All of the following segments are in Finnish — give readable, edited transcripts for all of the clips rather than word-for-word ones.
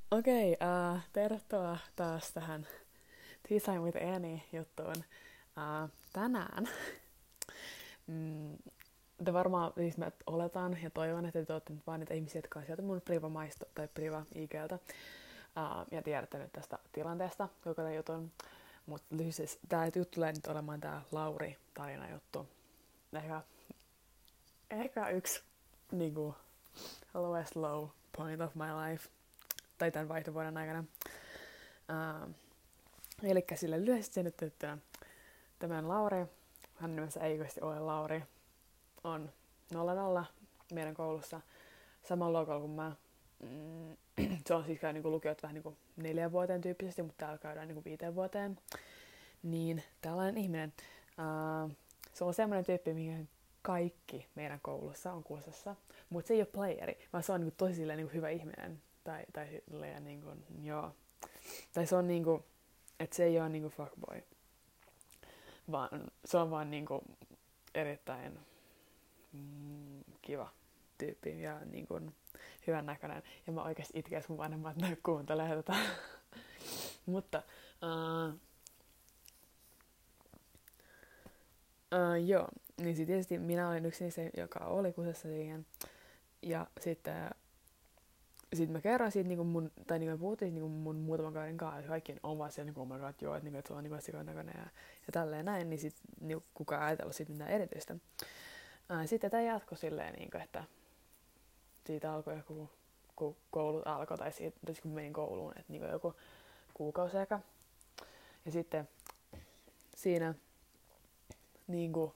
Okei, tervetuloa taas tähän Tea Time with Annie juttuun. Tänään te varmaan, siis mä oletan ja toivon, että te olette nyt vaan niitä ihmisiä, jotka on sieltä mun Priva-maisto tai Priva-IGltä ja tiedätte nyt tästä tilanteesta koko tämän jutun. Mutta lyhyesti, tää juttu tulee nyt olemaan tää Lauri-tarina juttu. Ehkä yksi niinku lowest low point of my life tai tämän vaihtovuoden aikana. Elikkä sille lyhyesti selitettynä tämän Lauri, hän nimessä ei oikeasti ole Lauri, on 00 meidän koulussa samalla luokalla kuin mä. Se on siis käy niinku lukiot vähän niinku 4 vuoteen tyyppisesti, mutta täällä käydään niinku 5 vuoteen. Niin tällainen ihminen, se on semmoinen tyyppi, mihin kaikki meidän koulussa on kursassa, mutta se ei ole playeri, vaan se on niinku tosi silleen niinku hyvä ihminen. Tai silleen niinku, joo. Tai se on niinku, että se ei ole niinku fuckboy, vaan se on vaan niinku erittäin kiva tyyppi ja niinku hyvän näköinen. Ja mä oikeesti itken, jos mun vanhemmat kuuntelee tätä. Mutta joo, niin sit tietysti minä olin yksi niistä, joka oli kusessa siihen. Ja sitten mä kerroin siitä niinku mun, tai niinku me puhuttiin niinku mun muutaman kaverin kanssa, että kaikki on vaan siellä niinku, oh my god, joo, että niinku, se on niinku sikoinen näköinen ja tälleen näin, niin sit niinku kukaan ajatellut siitä mitään erityistä. Sitten tää jatkoi silleen niinku, että siitä alkoi joku, kun koulut alkoi, tai siitä, kun menin kouluun, että niinku joku kuukausi ehkä. Ja sitten siinä niinku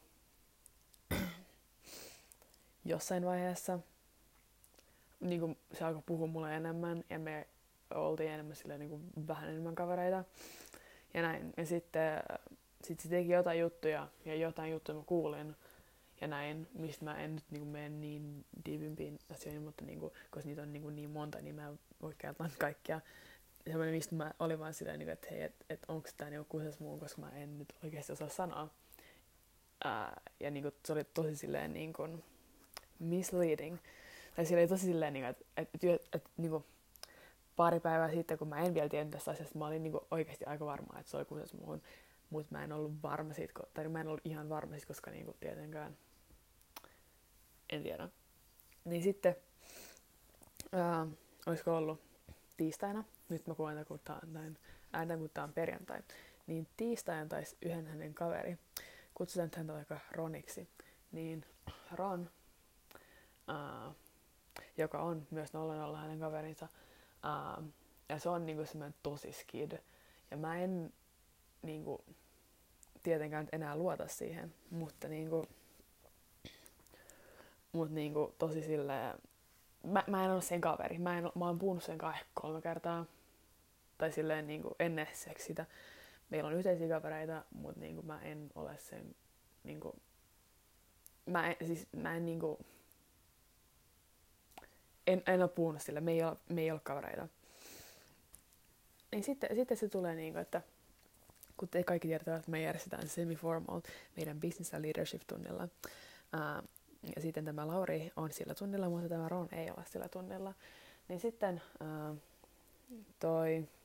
jossain vaiheessa niinku se alkoi puhua mulle enemmän ja me oltiin enemmän silleen niinku vähän enemmän kavereita ja näin. Ja sitten se teki jotain juttuja ja jotain juttuja mä kuulin ja näin, mistä mä en nyt niinku mene niin diivimpiin asioihin, mutta niinku, koska niitä on niinku niin monta, niin mä en voi kertoa kaikkia. Semmoinen, mistä mä olin vaan silleen, niinku, että hei, et onko tää niinku kusessa muun, koska mä en nyt oikeasti osaa sanoa. Ja niinku, se oli tosi silleen niinku misleading. Tai sillä oli tosi silleen, että niinku, pari päivää sitten, kun mä en vielä tiennyt tästä asiasta, mä olin niinku oikeasti aika varma, että se oli kusessa muuhun. Mutta mä en ollut varma siitä, tai mä en ollut ihan varma siitä, koska niinku, tietenkään en tiedä. Niin sitten, olisiko ollut tiistaina, nyt mä kuulen, kun tää on perjantai, niin tiistaina taisi yhden hänen kaveri, kutsutaan häntä vaikka Roniksi, niin Ron, joka on myös 00 hänen kaverinsa. Ja se on niinku semmoinen tosi skid. Ja mä en niinku tietenkään enää luota siihen, mutta niinku tosi silleen, mä en ole sen kaveri. Mä oon puhunut sen kanssa 3 kertaa. Tai silleen niinku ennen sitä. Meillä on yhteisiä kavereita, mutta niinku mä en ole sen niinku mä en niinku en ole puhunut sille, me ei ole kavereita. Niin sitten se tulee niinku, että kun te kaikki tiedetään, että me järjestetään semi-formal meidän business- ja leadership-tunnilla. Ja sitten tämä Lauri on sillä tunnilla, mutta tämä Ron ei ole sillä tunnilla. Niin sitten toi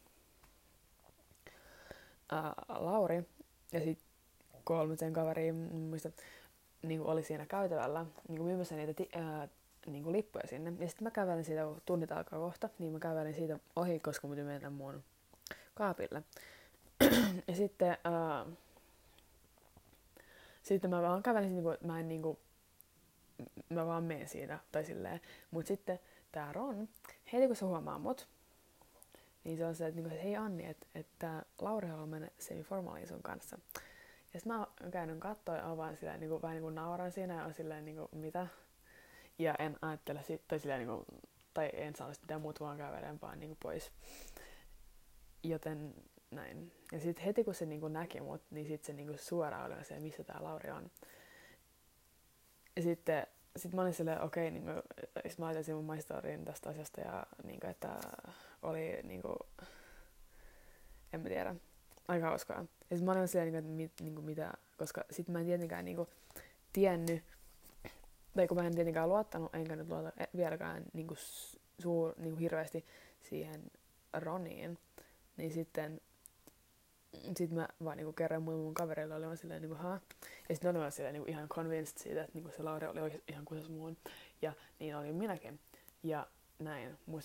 Lauri ja sitten 3 sen kaveria, muista, niin oli siinä käytävällä niin myymässä niitä niin lippuja sinne. Ja sitten mä kävelin siitä, kun tunnit alkaa kohta, niin mä kävelin siitä ohi, koska mä piti mennä mun kaapille. Ja sitten mä vaan kävelin siitä, mä vaan menen siitä, tai silleen. Mut sitten tää Ron, heti kun se huomaa mut, niin se on se, että hei Anni, että Lauri haluaa mennä semi-formaaliin sun kanssa. Ja sit mä käyn kattoo ja vaan silleen, vähän niinku nauran siinä ja on silleen mitä. Ja en ajattele sitten silleen tai en saa mitään muuta vaan kävelen vaan pois. Joten näin. Ja sitten heti kun se näki mut, niin sitten se suoraan oli se, missä tää Lauri on. Ja sitten mä olin silleen, okei, mä ajattelin mun my storyin tästä asiasta ja että oli en mä tiedä, aika hauskaa. Ja sitten mä olin silleen, että mitä, koska sit mä en tietenkään tiennyt, tai kun mä en tietenkään luottanut, enkä nyt luota vieläkään hirveästi siihen Roniin, niin sitten mä vaan niinku kerran mun kavereilla oli vaan silleen niinku haa. Ja sitten ne oli vaan silleen niinku ihan convinced siitä, että niinku se Lauri oli oikeasti ihan kusas muun. Ja niin oli minäkin. Ja näin. Mut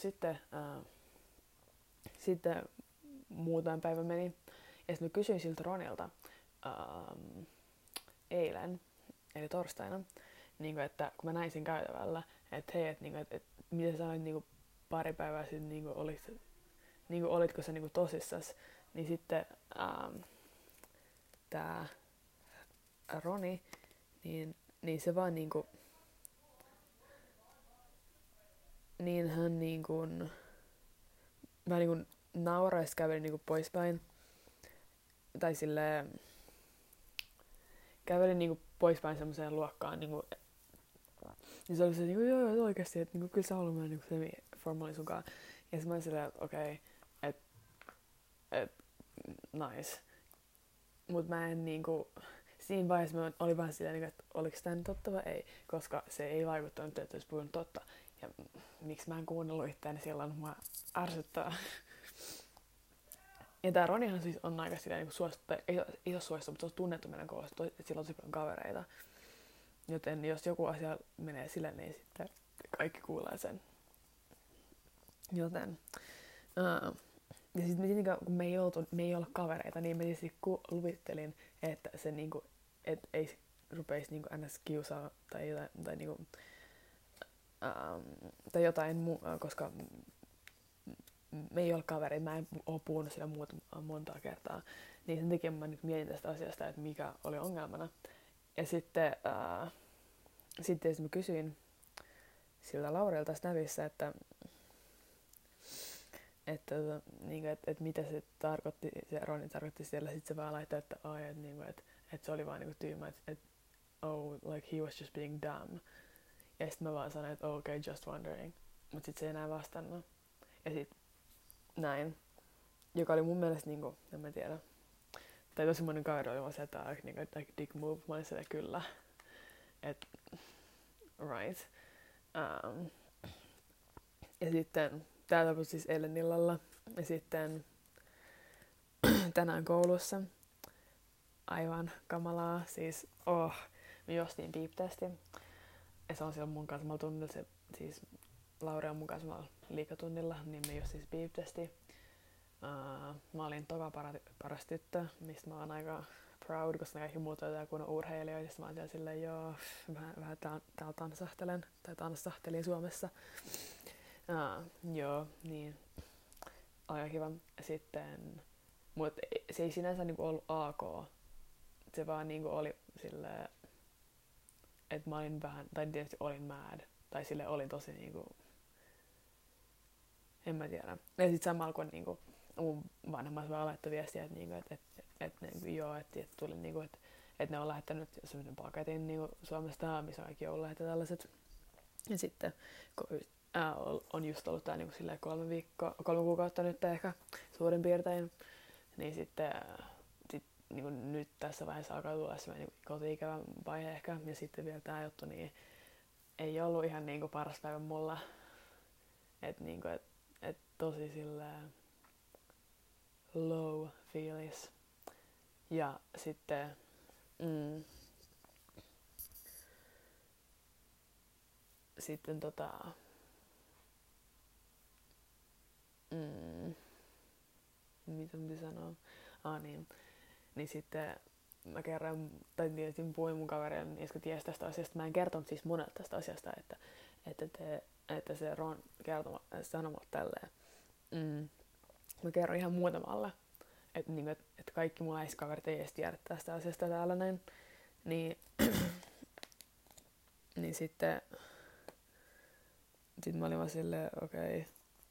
sitten muutaman päivän meni. Ja sitten mä kysyin siltä Ronilta eilen, eli torstaina, niinku, että kun mä näin siinä käytävällä, että hei, että niinku, et mitä sä sanoit niinku pari päivää sitten, niinku, olitko sä niinku tosissas, niin sitten tää Roni, niin se vaan niinku, niin hän niinku, vähän niinku nauraa ja käveli niinku poispäin. Tai silleen, kävelin niinku poispäin semmoiseen luokkaan. Niinku, niin se oli se, niinku, joo, oikeesti, että niinku, kyllä sä haluat mennä niinku semi-formaali sunkaan. Ja sitten mä olin silleen, että okei, nice. Mut mä en niinku, siinä vaiheessa mä olin vähän silleen, että oliks tää nyt totta vai ei, koska se ei vaikuttanut, että olisi puhunut totta. Ja miksi mä en kuunnellut itseäni silloin, mua ärsyttää. Ja tää Ronihan siis on aika silleen niinku suosittu, tai ei ole suosittu, mutta se on tunnettu meidän koulussa, että sillä on tosi paljon kavereita. Joten jos joku asia menee silleen, niin sitten kaikki kuulee sen. Joten ja sitten kun me ei ollut kavereita, niin mä tietysti luvittelin, että se niinku, et ei rupeisi niinku ns. Kiusaa tai jotain, tai jotain koska me ei ole kavereita, mä en oo puhunut sitä montaa kertaa. Niin sen takia mä nyt mietin tästä asiasta, että mikä oli ongelmana. Ja sitten mä kysyin siltä Laurilta Snapissa, että mitä se tarkoitti, se Roni tarkoitti siellä. Sitten se vaan laittoi, että se oli vaan niinku tyhmä, että like he was just being dumb. Ja sitten mä vaan sanoin, että okay, just wondering. Mut sit se ei enää vastannut. Ja sit näin. Joka oli mun mielestä niinku, en mä tiedä. Tai tosi monen kaveri oli vaan se, että like dick move. Mä olin siellä kyllä. Et right. Ja sitten tää tapahtui siis eilen illalla. Ja sitten tänään koulussa. Aivan kamalaa. Siis, me juostiin piiptesti. Ja se on siellä mun kanssa tunnilla. Se, siis Lauri on mun kanssa liikatunnilla, niin me juostiin siis piiptesti. Mä olin toka paras tyttö, mistä mä oon aika proud, koska kaikki muut on kunnon urheilijoita. Sitten mä oon siellä silleen, joo, vähän täällä tanssahtelen, tai tanssahtelin Suomessa. Joo, niin aika kiva. Sitten, mut se ei sinänsä niinku ollut AK. Se vaan niinku oli silleen, että mä olin vähän, tai tietysti olin mad. Tai silleen olin tosi niinku, en mä tiedä. Ja sit samalla kun niinku mun vanhemmat vaan laittoi viestiä, että niinku, tuli niinku, että ne on lähettänyt semmoisen paketin niinku Suomesta, missä on kaikki joululahjat ja tällaiset. Ja sitten on just ollut tää niinku silleen 3 kuukautta nyt ehkä suurin piirtein, niin sitten niinku nyt tässä vaiheessa alkaa tulla semmoinen niinku koti-ikävä vaihe ehkä, ja sitten vielä tää juttu, niin ei ollut ihan niinku paras päivä mulla. Että niinku, et tosi silleen low feelis. Ja sitten mitä piti sanoa? Niin sitten mä kerran, tai tietysti puhuin mun kaverille, niin jotka tiesi tästä asiasta. Mä en kertonut siis monelle tästä asiasta, että se Ron sanomatta tälleen. Mä kerron ihan muutamalle, että kaikki mun äiskaverit ei edes tiedä tästä asiasta täällä näin. Niin sitten mä olin vaan silleen, okei,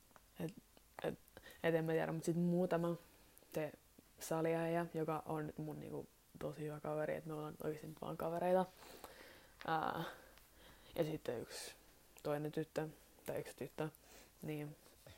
et en mä tiedä, mutta sitten muutama se saliäijä, joka on nyt mun niinku tosi hyvä kaveri, että me ollaan oikeesti nyt vaan kavereita. Ja sitten yksi toinen tyttö, tai yksi tyttö, niin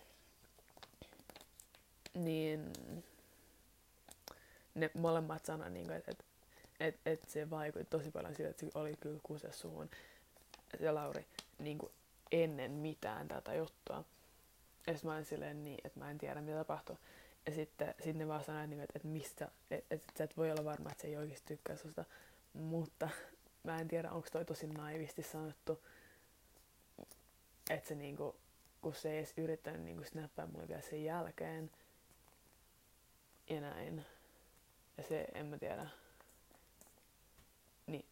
ne molemmat sanoi, niinku, että se vaikutti tosi paljon siitä, että se oli kyllä kuses suhun, se Lauri, niinku ennen mitään tätä juttua. Ja sit mä olin silleen niin, että mä en tiedä mitä tapahtui. Ja sitten ne vaan sanoi, että mistä, että sä et voi olla varma, että se ei oikeesti tykkää susta. Mutta mä en tiedä, onko toi tosi naivisti sanottu, että se niinku, kun se ei edes yrittänyt niinku snappaa mulle vielä sen jälkeen. Ja näin. Ja se, en mä tiedä. Niin,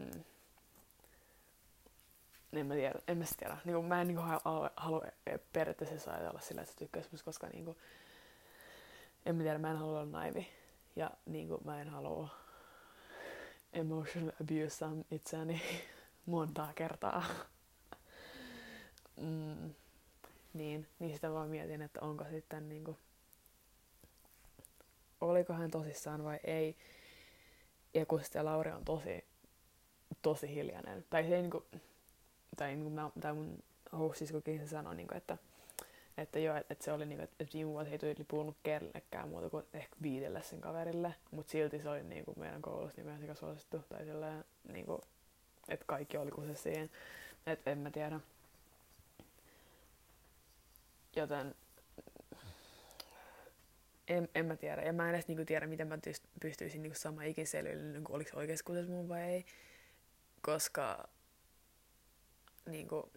en mä tiedä. Niinku, mä en niinku halua periaatteessa ajatella sillä, että se tykkäisi musta, koska niinku, en mä tiedä, mä en halua olla naivi. Ja niinku, mä en halua emotional abuse itseäni montaa kertaa. Niin sitä vaan mietin, että onko sitten niinku, oliko hän tosissaan vai ei. Ja kun sitten Lauri on tosi hiljainen. Tai se ei niinku, tai mun houssiskokin se sanoi niinku, että joo, että se oli niinku, että viime vuosi ei tyyli puhunut kellekään muuta kuin ehkä 5 sen kaverille, mutta silti se oli niinku meidän koulussa niinku ihan suosittu, tai silleen niinku, että kaikki oli kusessa siihen, että en mä tiedä. Joten en mä tiedä, ja mä en edes niinku tiedä, miten mä pystyisin niinku sama ikin selville, niinku oliko se oikeesti kusessa mun vai ei, koska niinku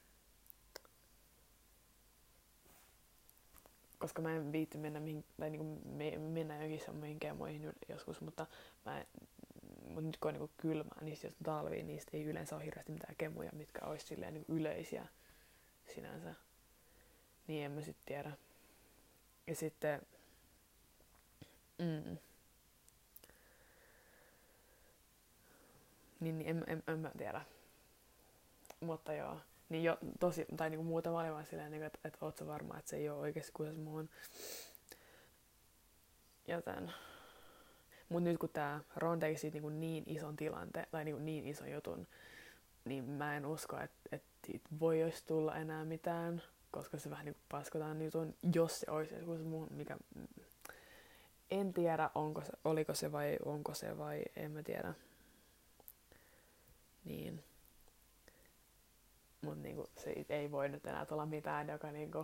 koska mä en viitti mennä mennä johonkin muihin kemoihin joskus, mutta nyt kun on niinku kylmää, niin jos talviin, niistä ei yleensä ole hirveästi mitään kemuja, mitkä olisi silleen niinku yleisiä sinänsä. Niin en mä sit tiedä. Ja sitten niin en mä tiedä. Mutta joo. Niin jo tosi, tai niinku muutama oli vaan silleen, niinku, että oot sä varma, että se ei oo oikeesti kusessa muuhun. Joten. Mut nyt kun tää Ron teki siitä niinku niin ison tilanteen, tai niinku niin ison jutun, niin mä en usko, että siitä voi olisi tulla enää mitään, koska se vähän niinku paskotaan jutun, jos se olisi kusessa muuhun, mikä en tiedä, oliko se vai onko se vai en mä tiedä. Niin. Mut niinku se ei voi nyt enää tulla mitään, joka niinku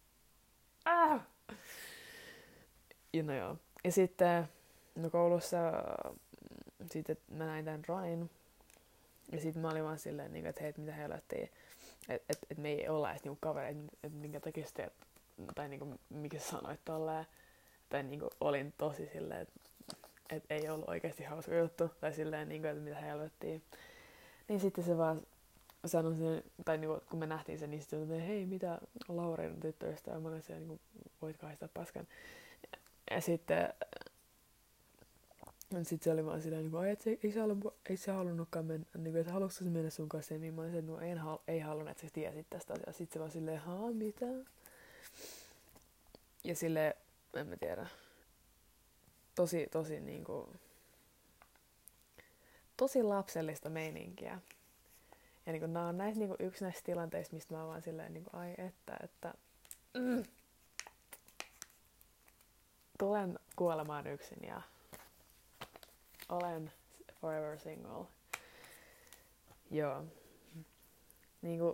Ja no joo. Ja sitten koulussa sitten mä näin tän Ronin. Ja sitten mä olin vaan silleen, että hei, mitä helvettiä. Että me ei olla edes niinku kavereita, että minkä takia sitten, tai niinku mikä sä sanoit tolleen. Tai niinku olin tosi silleen, että ei ollut oikeasti hauska juttu. Tai silleen, niinku, että mitä helvettiä. Niin sitten se vaan sanoi sen, tai niinku, kun me nähtiin sen, niin sitten että hei, mitä Laurin tyttöystävä. Mä olin siellä, niinku, voit kaistaa paskan. Ja sitten se oli vaan silleen, että ei se halunnutkaan mennä, niin että haluatko se mennä sun kanssa. Ja mä olin silleen, että ei halunnut, että sä tiesit tästä asiasta. Sitten se vaan silleen, mitä? Ja silleen, en mä tiedä. Tosi niinku, tosi lapsellista meininkiä. Ja niinku, nää on näissä niinku, yksi näistä tilanteista, mistä mä oon vaan silleen, niinku, ai että tulen kuolemaan yksin ja olen forever single. Joo. Niinku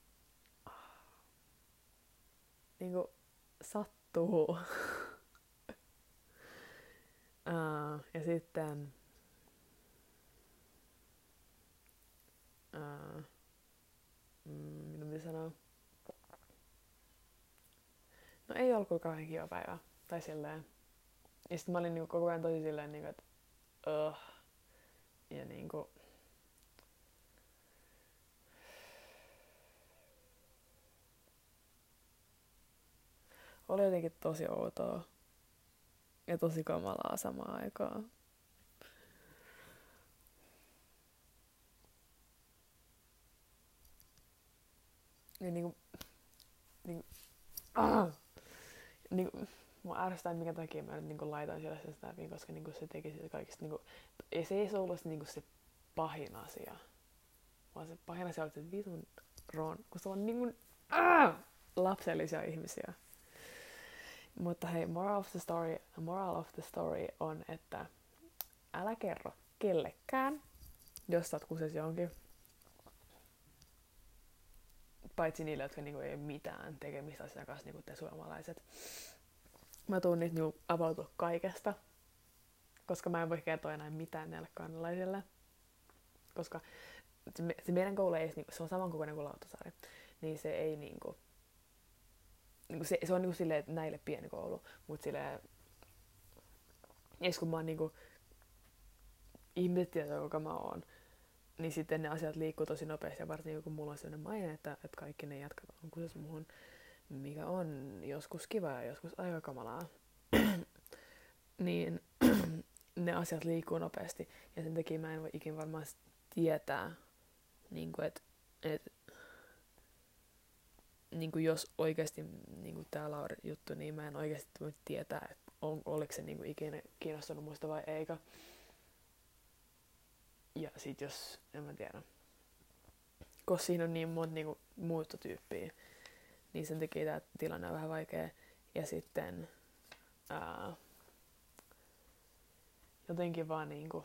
sattuu. Ja sitten mitä piti sanoa? No ei ollut kuin kauhean kiva päivä. Tai silleen. Ja sit mä olin niinku koko ajan tosi silleen, niinku, että ja niinku oli jotenkin tosi outoa. Ja tosi kamalaa samaan aikaan. Ja niinku mua ärsyttää, minkä takia mä nyt niinku laitoin siellä sen snapin, koska niinku se teki sitä kaikista niinku, ei se ei ollut niinku se pahin asia. Vaan se pahin asia oli se vitun Ron, kun se on niinku lapsellisia ihmisiä. Mutta hei, moral of the story on, että älä kerro kellekään, jos sä oot kuses johonkin. paitsi niille, jotka niinku ei ole mitään tekemistä asian kanssa, niinku te suomalaiset. Mä tuun nyt niinku avautua kaikesta, koska mä en voi kertoa enää mitään näille kanalaisille. Koska se meidän koulu ei niinku, se on samankokoinen kuin Lauttasaari, niin se ei niinku se on niinku silleen näille pieni koulu, mut silleen edes kun mä oon niinku ihmiset tietää, kuka mä oon, niin sitten ne asiat liikkuu tosi nopeasti ja varsinkin kun mulla on sellainen maine, että kaikki ne jatkat on kusessa muhun, mikä on joskus kiva ja joskus aika kamalaa, niin ne asiat liikkuu nopeasti ja sen takia mä en voi ikin varmaan tietää, niinku, että niinku jos oikeasti niinku tää Lauri juttu, niin mä en oikeasti voi tietää, että oliko se niinku ikinä kiinnostunut muista vai eikä. Ja sit jos, en mä tiedä, koska siinä on niin monta niinku muuttotyyppiä, niin sen takia tää tilanne on vähän vaikea. Ja sitten jotenkin vaan niinku,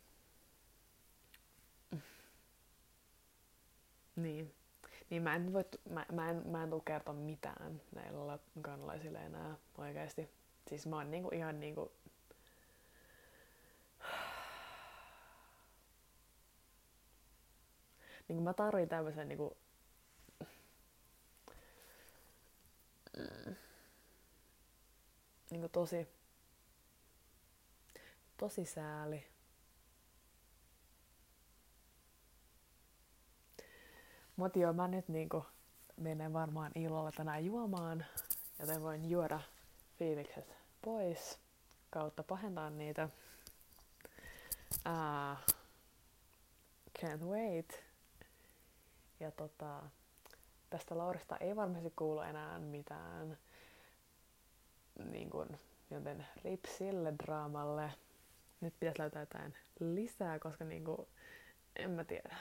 niin mä en tuu kertoa mitään näillä kanalaisille enää oikeesti. Siis mä oon niinku ihan niinku niinku mä tarvin tämmösen niinku niinku tosi sääli. Mut joo, mä nyt niinku menen varmaan illalla tänään juomaan, joten voin juoda fiilikset pois kautta pahentaa niitä. Can't wait. Ja tästä Laurista ei varmasti kuulu enää mitään, niin kun, joten rip sille draamalle. Nyt pitäisi löytää jotain lisää, koska niinku, en mä tiedä.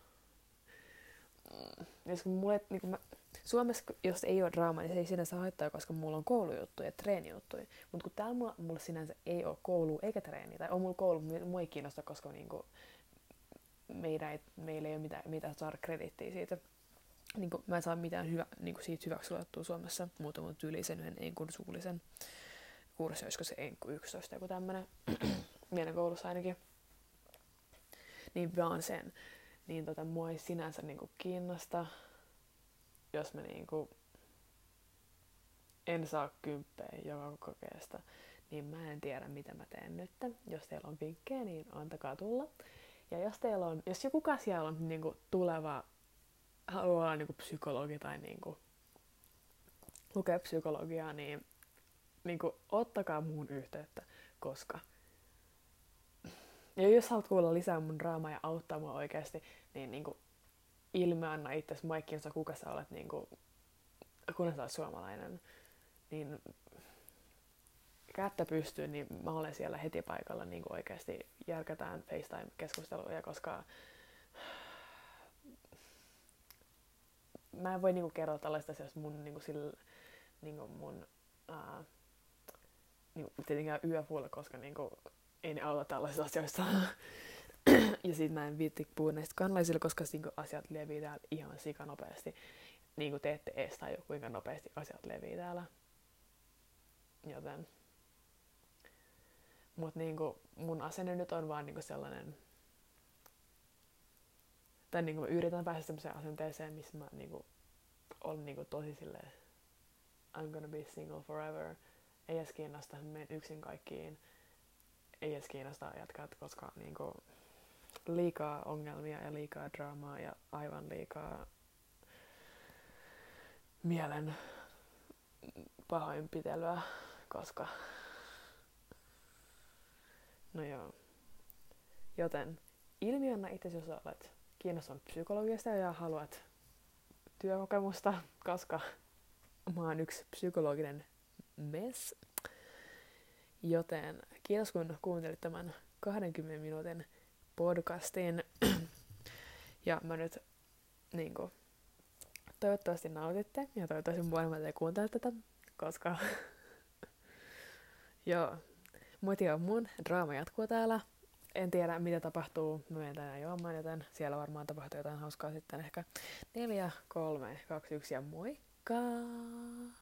Suomessa, jos ei ole draamaa, niin se ei sinänsä haittaa, koska mulla on koulujuttuja ja treenijuttuja. Mutta kun täällä mulla sinänsä ei ole koulua eikä treeniä, tai on mulla koulu, mua ei kiinnosta, koska niinku, meillä ei ole mitään saada krediittiä siitä. Niinku, mä en saa mitään niinku siitä hyväksi luettua Suomessa, muuta mun tyylisen yhden enkun suullisen kurssi, olisiko se enku 11 joku tämmönen, meidän koulussa ainakin. Niin vaan sen. Niin mua ei sinänsä niinku kiinnosta, jos mä niinku en saa 10 joka kokeesta, niin mä en tiedä mitä mä teen nyt. Jos teillä on vinkkejä, niin antakaa tulla. Ja jos joku siellä on niinku tuleva, haluaa olla niinku psykologi tai niinku lukea psykologiaa, niin niinku ottakaa muun yhteyttä, koska ja jos haluat kuulla lisää mun draamaa ja auttaa mua oikeasti, niin niinku ilmeanna itses Maikkinsa, kuka sä olet, niinku, kun sä olet suomalainen, niin kättä pystyyn, niin mä olen siellä heti paikalla, niin oikeasti järkätään FaceTime-keskusteluja, koska mä en voi niinku kertoa tällaista asioista mun niinku mun niinku tietenkään yöfuulla, koska niinku ei ne auta tällaisista asioista. Ja sit mä en viitti puhua näistä kanalaisille, koska niinku asiat levii täällä ihan sikanopeasti. Niinku te ette ees tajua, kuinka nopeasti asiat levii täällä. Joten mut niinku mun asenne nyt on vaan niinku sellainen, tai niinku mä yritän päästä semmoiseen asenteeseen, missä mä niinku on niinku tosi silleen I'm gonna be single forever. Ei edes kiinnosta, menen yksin kaikkiin. Ei edes kiinnosta jatkat, koska niinku liikaa ongelmia ja liikaa draamaa ja aivan liikaa mielen pahoinpitelyä, koska no joo. Joten ilmiönä itse, jos olet kiinnostunut psykologiasta ja haluat työkokemusta, koska mä oon yksi psykologinen mess. Joten kiitos kun kuuntelit tämän 20 minuutin podcastin. Ja mä nyt niinku toivottavasti nautitte ja toivottavasti molemmat ei kuuntele tätä, koska joo. Mut joo, mun draama jatkuu täällä. en tiedä mitä tapahtuu. Mä menen tänään juomaan, joten siellä varmaan tapahtuu jotain hauskaa sitten ehkä 4, 3, 2, 1 ja moikka!